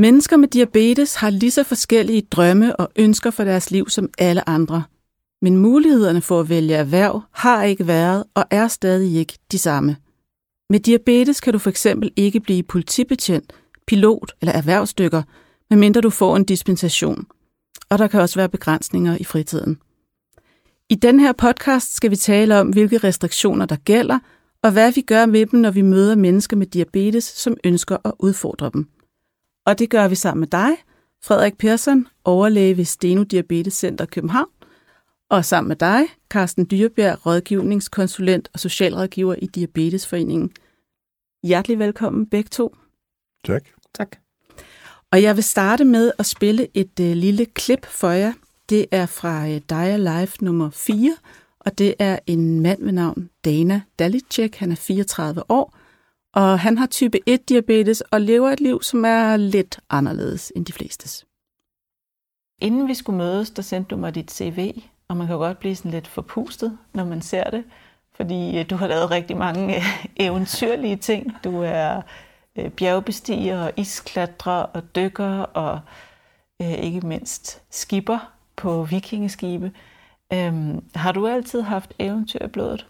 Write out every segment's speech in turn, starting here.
Mennesker med diabetes har lige så forskellige drømme og ønsker for deres liv som alle andre. Men mulighederne for at vælge erhverv har ikke været og er stadig ikke de samme. Med diabetes kan du for eksempel ikke blive politibetjent, pilot eller erhvervsdykker, medmindre du får en dispensation. Og der kan også være begrænsninger i fritiden. I den her podcast skal vi tale om, hvilke restriktioner der gælder, og hvad vi gør med dem, når vi møder mennesker med diabetes, som ønsker at udfordre dem. Og det gør vi sammen med dig, Frederik Persson, overlæge ved Steno Diabetes Center København, og sammen med dig, Carsten Dyrebjerg, rådgivningskonsulent og socialrådgiver i Diabetesforeningen. Hjertelig velkommen begge to. Tak. Tak. Og jeg vil starte med at spille et lille klip for jer. Det er fra Dia Life nummer 4, og det er en mand ved navn Dana Dalicek. Han er 34 år, og han har type 1-diabetes og lever et liv, som er lidt anderledes end de flestes. Inden vi skulle mødes, der sendte du mig dit CV, og man kan godt blive sådan lidt forpustet, når man ser det, fordi du har lavet rigtig mange eventyrlige ting. Du er bjergbestiger, isklatrer og dykker og ikke mindst skipper på vikingeskibe. Har du altid haft eventyr i blodet?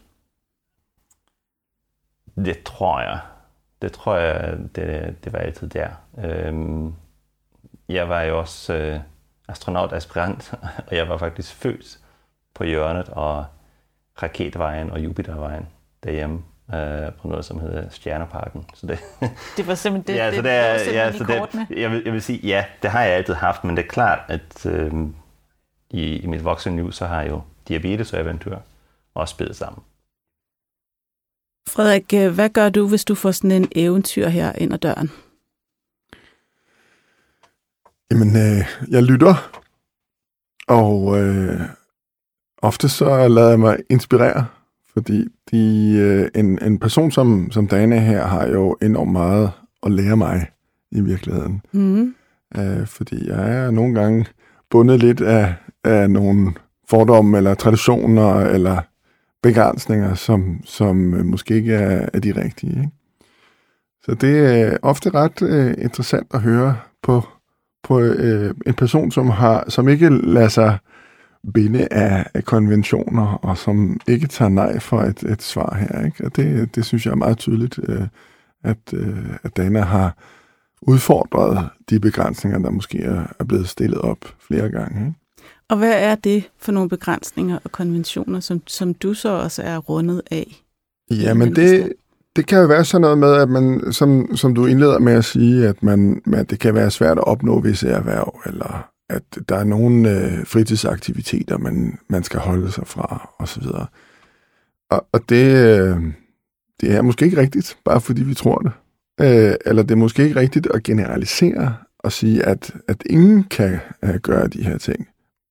Det tror jeg. Det var altid der. Jeg var jo også astronautaspirant, og jeg var faktisk født på hjørnet og Raketvejen og Jupitervejen derhjemme på noget, som hedder Stjerneparken. Så det var simpelthen det. Jeg vil sige, ja, det har jeg altid haft, men det er klart, at i mit voksenliv, så har jeg jo diabetes og eventyr også spillet sammen. Frederik, hvad gør du, hvis du får sådan en eventyr her ind ad døren? Jamen, jeg lytter, og ofte så lader jeg mig inspirere, fordi en person som Dana her har jo enormt meget at lære mig i virkeligheden. Mm. Fordi jeg er nogle gange bundet lidt af nogle fordomme eller traditioner eller begrænsninger, som måske ikke er de rigtige. Ikke? Så det er ofte ret interessant at høre på en person, som ikke lader sig binde af konventioner, og som ikke tager nej for et svar her. Ikke? Og det synes jeg er meget tydeligt, at Dana har udfordret de begrænsninger, der måske er blevet stillet op flere gange. Ikke? Og hvad er det for nogle begrænsninger og konventioner, som du så også er rundet af? Jamen det kan jo være sådan noget med, at man, som du indleder med at sige, at det kan være svært at opnå visse erhverv, eller at der er nogle fritidsaktiviteter, man skal holde sig fra, osv. Og det er måske ikke rigtigt, bare fordi vi tror det. Eller det er måske ikke rigtigt at generalisere og sige, at ingen kan gøre de her ting.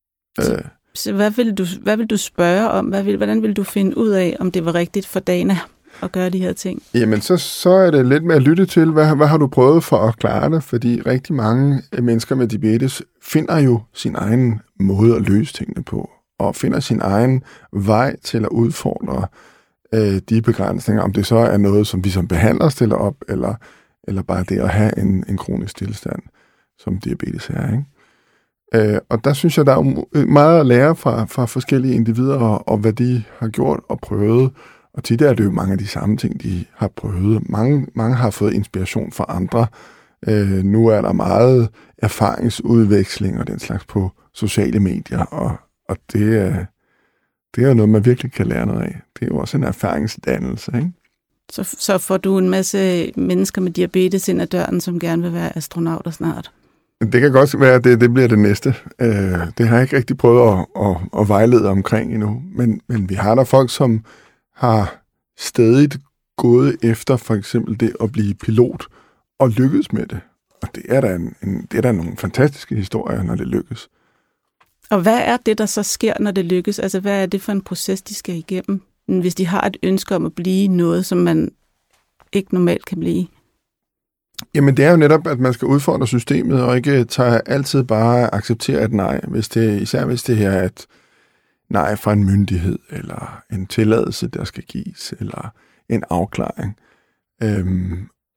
Så hvad vil du spørge om? Hvordan vil du finde ud af, om det var rigtigt for Dana at gøre de her ting? Jamen, så er det lidt med at lytte til, hvad har du prøvet for at klare det? Fordi rigtig mange mennesker med diabetes finder jo sin egen måde at løse tingene på, og finder sin egen vej til at udfordre de begrænsninger, om det så er noget, som vi som behandler stiller op, eller bare det at have en kronisk tilstand, som diabetes er, ikke? Og der synes jeg, der er meget at lære fra forskellige individer, og hvad de har gjort og prøvet. Og tit er det jo mange af de samme ting, de har prøvet. Mange har fået inspiration fra andre. Nu er der meget erfaringsudveksling og den slags på sociale medier, og det er noget, man virkelig kan lære noget af. Det er jo også en erfaringsdannelse, ikke? Så får du en masse mennesker med diabetes ind ad døren, som gerne vil være astronauter snart? Det kan godt være, at det bliver det næste. Det har jeg ikke rigtig prøvet at vejlede omkring endnu. Men vi har der folk, som har stadig gået efter for eksempel det at blive pilot og lykkes med det. Og det er da nogle fantastiske historier, når det lykkes. Og hvad er det, der så sker, når det lykkes? Altså, hvad er det for en proces, de skal igennem, hvis de har et ønske om at blive noget, som man ikke normalt kan blive? Jamen, det er jo netop, at man skal udfordre systemet, og ikke altid bare acceptere et nej, især hvis det her er et nej fra en myndighed, eller en tilladelse, der skal gives, eller en afklaring.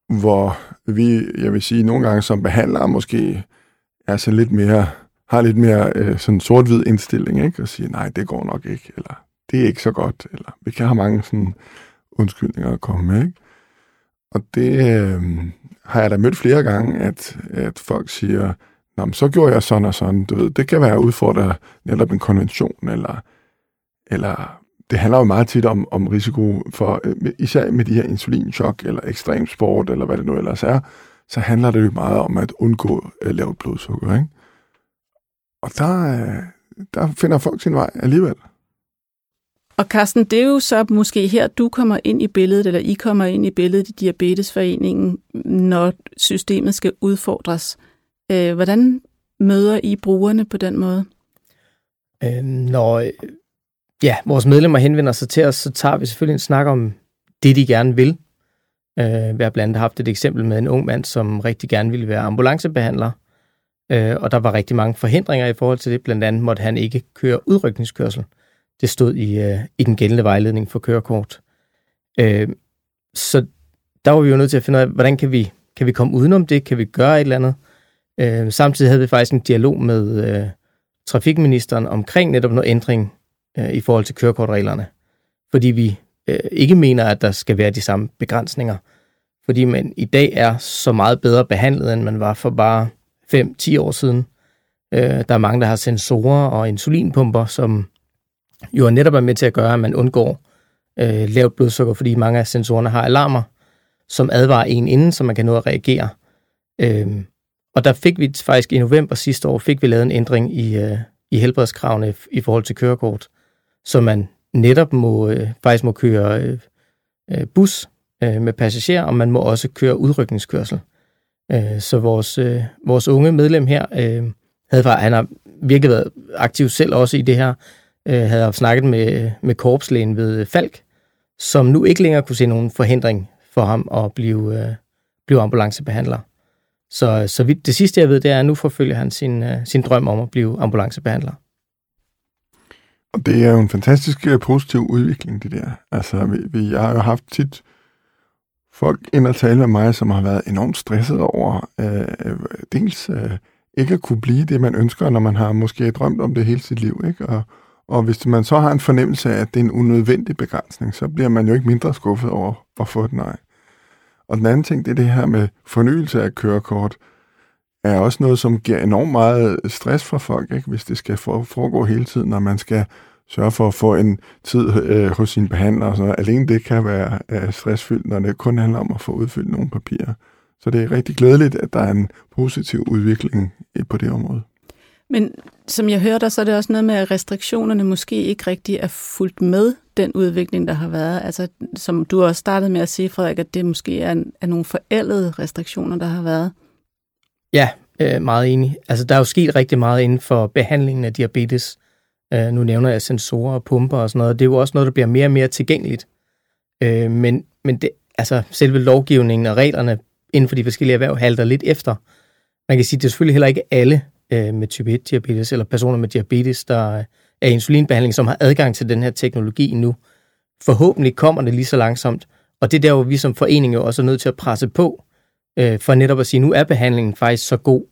hvor jeg vil sige, nogle gange som behandlere måske er sådan lidt mere, har lidt mere sådan sort-hvid indstilling, ikke? Og sige, nej, det går nok ikke, eller det er ikke så godt, eller vi kan have mange sådan undskyldninger at komme med, ikke? Og det har jeg da mødt flere gange, at folk siger, nå, så gjorde jeg sådan og sådan, du ved, det kan være udfordret netop en konvention, eller det handler jo meget tit om risiko for, især med de her insulinchok, eller ekstrem sport, eller hvad det nu ellers er, så handler det jo meget om at undgå lavt blodsukker, ikke? Og der finder folk sin vej alligevel. Og Carsten, det er jo så måske her, du kommer ind i billedet, eller I kommer ind i billedet i Diabetesforeningen, når systemet skal udfordres. Hvordan møder I brugerne på den måde? Når vores medlemmer henvender sig til os, så tager vi selvfølgelig en snak om det, de gerne vil. Vi har blandt andet haft et eksempel med en ung mand, som rigtig gerne ville være ambulancebehandler, og der var rigtig mange forhindringer i forhold til det. Blandt andet måtte han ikke køre udrykningskørsel. Det stod i den gældende vejledning for kørekort. Så der var vi jo nødt til at finde ud af, hvordan kan vi komme udenom det? Kan vi gøre et eller andet? Samtidig havde vi faktisk en dialog med trafikministeren omkring netop noget ændring i forhold til kørekortreglerne. Fordi vi ikke mener, at der skal være de samme begrænsninger. Fordi man i dag er så meget bedre behandlet, end man var for bare 5-10 år siden. Der er mange, der har sensorer og insulinpumper, som jo netop er med til at gøre, at man undgår lavt blodsukker, fordi mange af sensorerne har alarmer, som advarer en inden, så man kan nå at reagere. Og der fik vi faktisk i november sidste år, fik vi lavet en ændring i helbredskravene i forhold til kørekort, så man netop faktisk må køre bus med passagerer, og man må også køre udrykningskørsel. Så vores unge medlem her, han har virkelig været aktiv selv også i det her, havde snakket med korpslægen ved Falk, som nu ikke længere kunne se nogen forhindring for ham at blive ambulancebehandler. Så det sidste, jeg ved, det er, at nu forfølger han sin drøm om at blive ambulancebehandler. Og det er jo en fantastisk positiv udvikling, det der. Altså, jeg har jo haft tit folk ind og tale med mig, som har været enormt stresset over dels ikke at kunne blive det, man ønsker, når man har måske drømt om det hele sit liv, ikke? Og hvis man så har en fornemmelse af, at det er en unødvendig begrænsning, så bliver man jo ikke mindre skuffet over at få et nej. Og den anden ting, det er det her med fornyelse af kørekort, er også noget, som giver enormt meget stress for folk, ikke? Hvis det skal foregå hele tiden, når man skal sørge for at få en tid hos sin behandler. Og så alene det kan være stressfyldt, når det kun handler om at få udfyldt nogle papirer. Så det er rigtig glædeligt, at der er en positiv udvikling på det område. Men som jeg hører dig, så er det også noget med, at restriktionerne måske ikke rigtig er fulgt med den udvikling, der har været. Altså, som du også startede med at sige, Frederik, at det måske er nogle forældede restriktioner, der har været. Ja, meget enig. Altså, der er jo sket rigtig meget inden for behandlingen af diabetes. Nu nævner jeg sensorer og pumper og sådan noget. Det er jo også noget, der bliver mere og mere tilgængeligt. Men det, altså, selve lovgivningen og reglerne inden for de forskellige erhverv halter lidt efter. Man kan sige, at det er selvfølgelig heller ikke alle med type 1-diabetes eller personer med diabetes, der er insulinbehandling, som har adgang til den her teknologi nu. Forhåbentlig kommer det lige så langsomt. Og det er der, hvor vi som forening jo også er nødt til at presse på, for netop at sige, nu er behandlingen faktisk så god,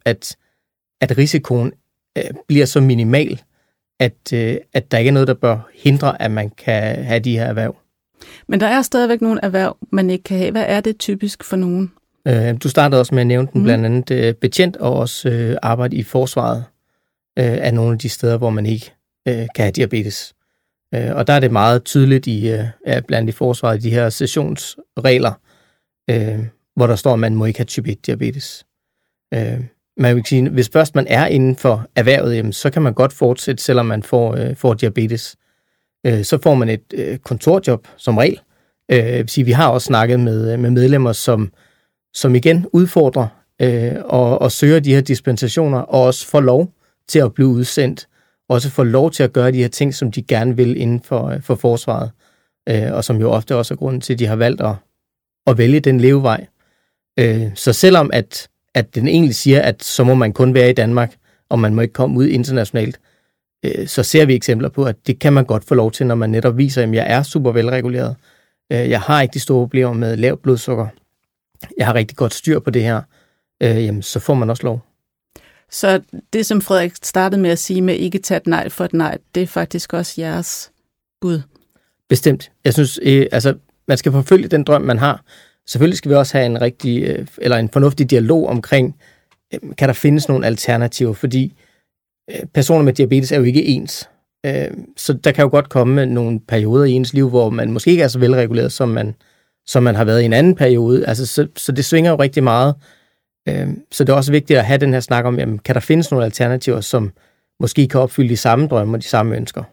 at risikoen bliver så minimal, at der ikke er noget, der bør hindre, at man kan have de her erhverv. Men der er stadigvæk nogle erhverv, man ikke kan have. Hvad er det typisk for nogen? Du startede også med at nævne den, blandt andet betjent og også arbejde i forsvaret af nogle af de steder, hvor man ikke kan have diabetes. Og der er det meget tydeligt blandt i forsvaret, de her sessionsregler, hvor der står, at man må ikke have type 1-diabetes. Man vil sige, hvis først man er inden for erhvervet, jamen, så kan man godt fortsætte, selvom man får diabetes. Så får man et kontorjob som regel. Vi har også snakket med medlemmer, som igen udfordrer og søger de her dispensationer, og også får lov til at blive udsendt, også får lov til at gøre de her ting, som de gerne vil inden for forsvaret, og som jo ofte også er grunden til, at de har valgt at vælge den levevej. Så selvom at den egentlig siger, at så må man kun være i Danmark, og man må ikke komme ud internationalt, så ser vi eksempler på, at det kan man godt få lov til, når man netop viser, at jeg er super velreguleret. Jeg har ikke de store problemer med lavt blodsukker. jeg har rigtig godt styr på det her, jamen så får man også lov. Så det, som Frederik startede med at sige med ikke tage et nej for et nej, det er faktisk også jeres bud? Bestemt. Jeg synes, man skal forfølge den drøm, man har. Selvfølgelig skal vi også have en rigtig, eller en fornuftig dialog omkring, kan der findes nogle alternativer, fordi personer med diabetes er jo ikke ens. Så der kan jo godt komme nogle perioder i ens liv, hvor man måske ikke er så velreguleret, som man har været i en anden periode. Altså, så det svinger jo rigtig meget. Så det er også vigtigt at have den her snak om, jamen, kan der findes nogle alternativer, som måske kan opfylde de samme drømme og de samme ønsker.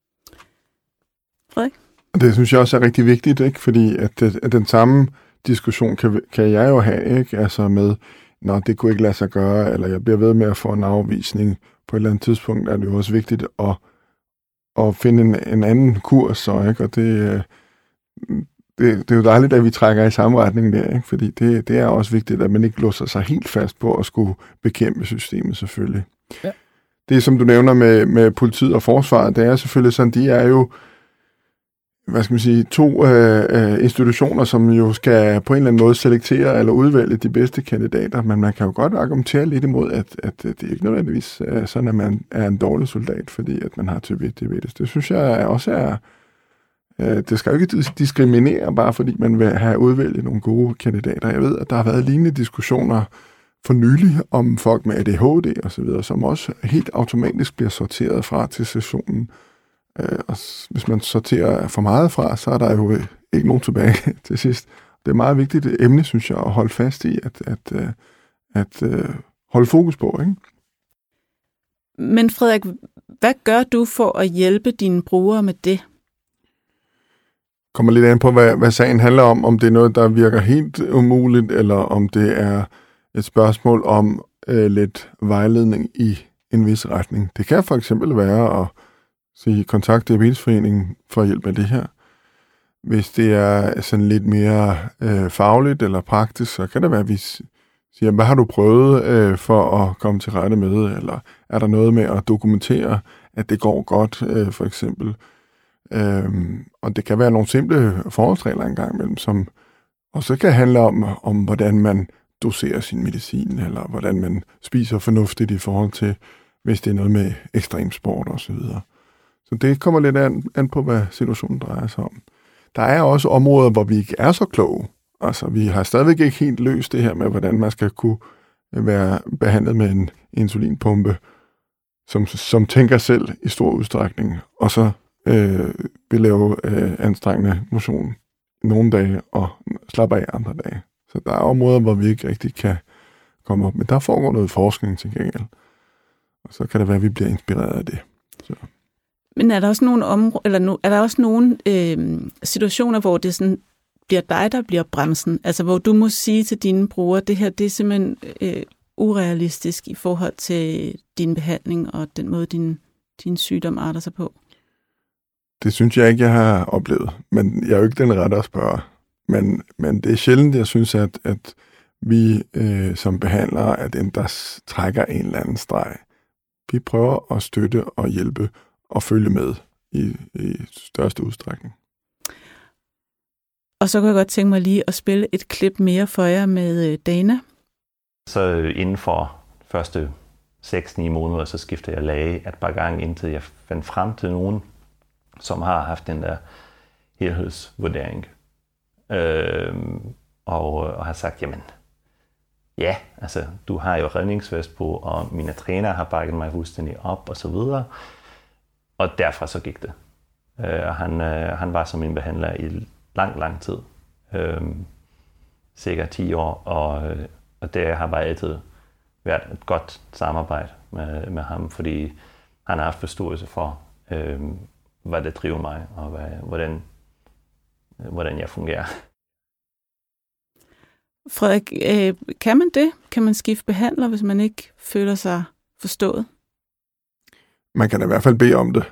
Frederik? Det synes jeg også er rigtig vigtigt, ikke? Fordi at den samme diskussion kan jeg jo have, ikke? Altså med, det kunne ikke lade sig gøre, eller jeg bliver ved med at få en afvisning. På et eller andet tidspunkt er det jo også vigtigt at finde en anden kurs, så, ikke? Og det er jo dejligt, at vi trækker i samme retning der, ikke? Fordi det er også vigtigt, at man ikke låser sig helt fast på at skulle bekæmpe systemet, selvfølgelig. Ja. Det, som du nævner med politiet og forsvaret, det er selvfølgelig sådan, de er jo, hvad skal man sige, to institutioner, som jo skal på en eller anden måde selektere eller udvælge de bedste kandidater, men man kan jo godt argumentere lidt imod, at det ikke nødvendigvis er sådan, at man er en dårlig soldat, fordi at man har type 1 diabetes. Det synes jeg også er. Det skal jo ikke diskriminere, bare fordi man vil have udvælget nogle gode kandidater. Jeg ved, at der har været lignende diskussioner for nylig om folk med ADHD og så videre, som også helt automatisk bliver sorteret fra til sessionen. Og hvis man sorterer for meget fra, så er der jo ikke nogen tilbage til sidst. Det er meget vigtigt et emne, synes jeg, at holde fast i, at holde fokus på, ikke? Men Frederik, hvad gør du for at hjælpe dine brugere med det? Kommer lidt an på, hvad sagen handler om det er noget, der virker helt umuligt, eller om det er et spørgsmål om lidt vejledning i en vis retning. Det kan for eksempel være at sige, kontakt Diabetesforeningen for at hjælpe med det her. Hvis det er sådan lidt mere fagligt eller praktisk, så kan det være, at vi siger, hvad har du prøvet for at komme til rette med, eller er der noget med at dokumentere, at det går godt, for eksempel. Og det kan være nogle simple forholdsregler engang imellem, som også kan handle om, hvordan man doserer sin medicin, eller hvordan man spiser fornuftigt i forhold til, hvis det er noget med ekstremsport og så videre. Så det kommer lidt an på, hvad situationen drejer sig om. Der er også områder, hvor vi ikke er så kloge. Altså, vi har stadigvæk ikke helt løst det her med, hvordan man skal kunne være behandlet med en insulinpumpe, som tænker selv i stor udstrækning, og så vil lave anstrengende motion nogle dage og slappe af andre dage. Så der er områder, hvor vi ikke rigtig kan komme op. Men der foregår noget forskning til gengæld. Og så kan det være, at vi bliver inspireret af det. Så. Men er der også nogle situationer, hvor det sådan bliver dig, der bliver bremsen? Altså, hvor du må sige til dine brugere, det her, det er simpelthen urealistisk i forhold til din behandling og den måde, din sygdom arter sig på? Det synes jeg ikke, jeg har oplevet. Men jeg er jo ikke den rette at spørge. Men det er sjældent, jeg synes, at vi som behandlere er dem, der trækker en eller anden streg. Vi prøver at støtte og hjælpe og følge med i største udstrækning. Og så kunne jeg godt tænke mig lige at spille et klip mere for jer med Dana. Så inden for første 6-9 måneder, så skifter jeg læge et par gange, indtil jeg fandt frem til nogen, som har haft den der helhedsvurdering. Og har sagt, jamen, ja, altså, du har jo redningsvest på, og mine træner har bakket mig fuldstændig op, og så videre. Og derfra så gik det. Han var som min behandler i lang tid. Cirka 10 år, og det har bare altid været et godt samarbejde med ham, fordi han har haft forståelse for, hvad det driver mig, og hvordan jeg fungerer. Frederik, kan man det? Kan man skifte behandler, hvis man ikke føler sig forstået? Man kan i hvert fald bede om det,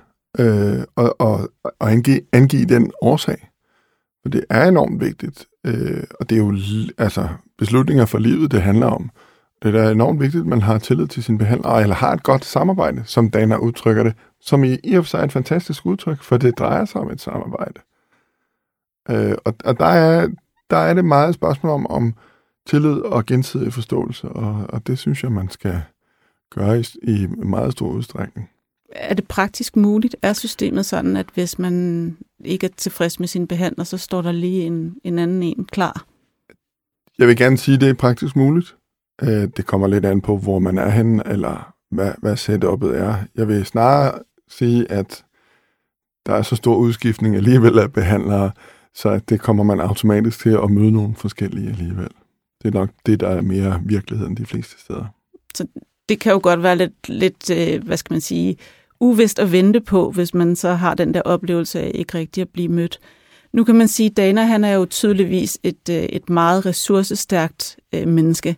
og angive den årsag. For det er enormt vigtigt, og det er jo beslutninger for livet, det handler om. Det er enormt vigtigt, at man har tillid til sin behandler, eller har et godt samarbejde, som Dana udtrykker det, som i og for sig er et fantastisk udtryk, for det drejer sig om et samarbejde. Og der er det meget et spørgsmål om tillid og gensidig forståelse, og det synes jeg, man skal gøre i meget stor udstrækning. Er det praktisk muligt? Er systemet sådan, at hvis man ikke er tilfreds med sin behandler, så står der lige en anden en klar? Jeg vil gerne sige, at det er praktisk muligt. Det kommer lidt an på, hvor man er henne, eller hvad setupet er. Jeg vil snarere sige, at der er så stor udskiftning alligevel af behandlere, så det kommer man automatisk til at møde nogle forskellige alligevel. Det er nok det, der er mere virkeligheden de fleste steder. Så det kan jo godt være lidt hvad skal man sige, uvist at vente på, hvis man så har den der oplevelse af ikke rigtig at blive mødt. Nu kan man sige, at Dana, han er jo tydeligvis et meget ressourcestærkt menneske.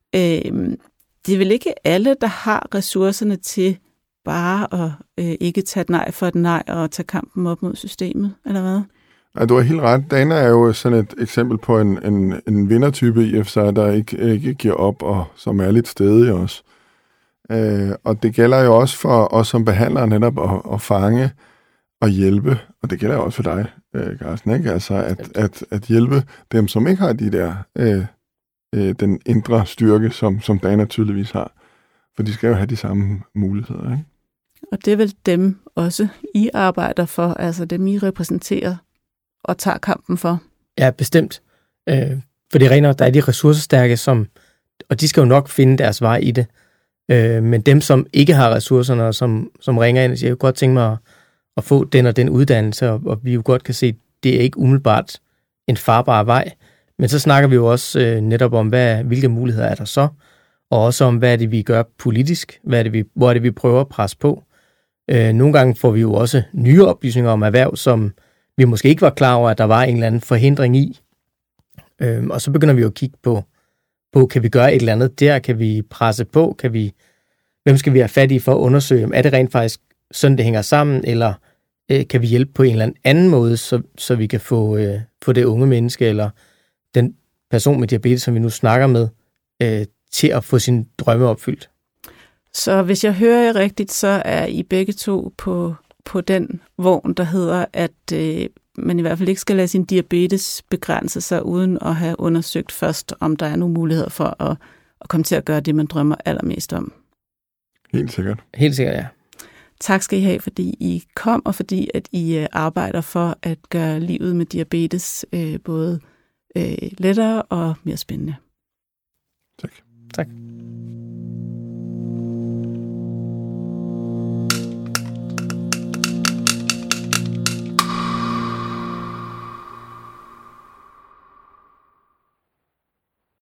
Det er vel ikke alle, der har ressourcerne til bare at ikke tage et nej for et nej og tage kampen op mod systemet, eller hvad? Ja, du har helt ret. Dana er jo sådan et eksempel på en vindertype i FC, der ikke giver op, og som er lidt stedig også. Og det gælder jo også for os som behandlere netop at fange og hjælpe, og det gælder jo også for dig, Carsten, ikke? Altså at hjælpe dem, som ikke har de der den indre styrke, som Dana tydeligvis har. For de skal jo have de samme muligheder, ikke? Og det er vel dem også, I arbejder for, altså dem, I repræsenterer og tager kampen for? Ja, bestemt. For det regner, der er de ressourcestærke, og de skal jo nok finde deres vej i det. Men dem, som ikke har ressourcerne, og som ringer ind og siger, jeg kunne godt tænke mig at få den og den uddannelse, og vi jo godt kan se, at det er ikke umiddelbart en farbar vej. Men så snakker vi jo også netop om, hvilke muligheder er der så, og også om, hvad er det, vi gør politisk, hvor er det, vi prøver at presse på. Nogle gange får vi jo også nye oplysninger om erhverv, som vi måske ikke var klar over, at der var en eller anden forhindring i. Og så begynder vi jo at kigge på, kan vi gøre et eller andet der? Kan vi presse på? Hvem skal vi have fat i for at undersøge? Er det rent faktisk sådan, det hænger sammen? Eller kan vi hjælpe på en eller anden måde, så vi kan få det unge menneske, eller den person med diabetes, som vi nu snakker med, til at få sine drømme opfyldt? Så hvis jeg hører jer rigtigt, så er I begge to på den vogn, der hedder, at man i hvert fald ikke skal lade sin diabetes begrænse sig, uden at have undersøgt først, om der er nogle muligheder for at komme til at gøre det, man drømmer allermest om. Helt sikkert. Helt sikkert, ja. Tak skal I have, fordi I kom, og fordi at I arbejder for at gøre livet med diabetes både lettere og mere spændende. Tak. Tak.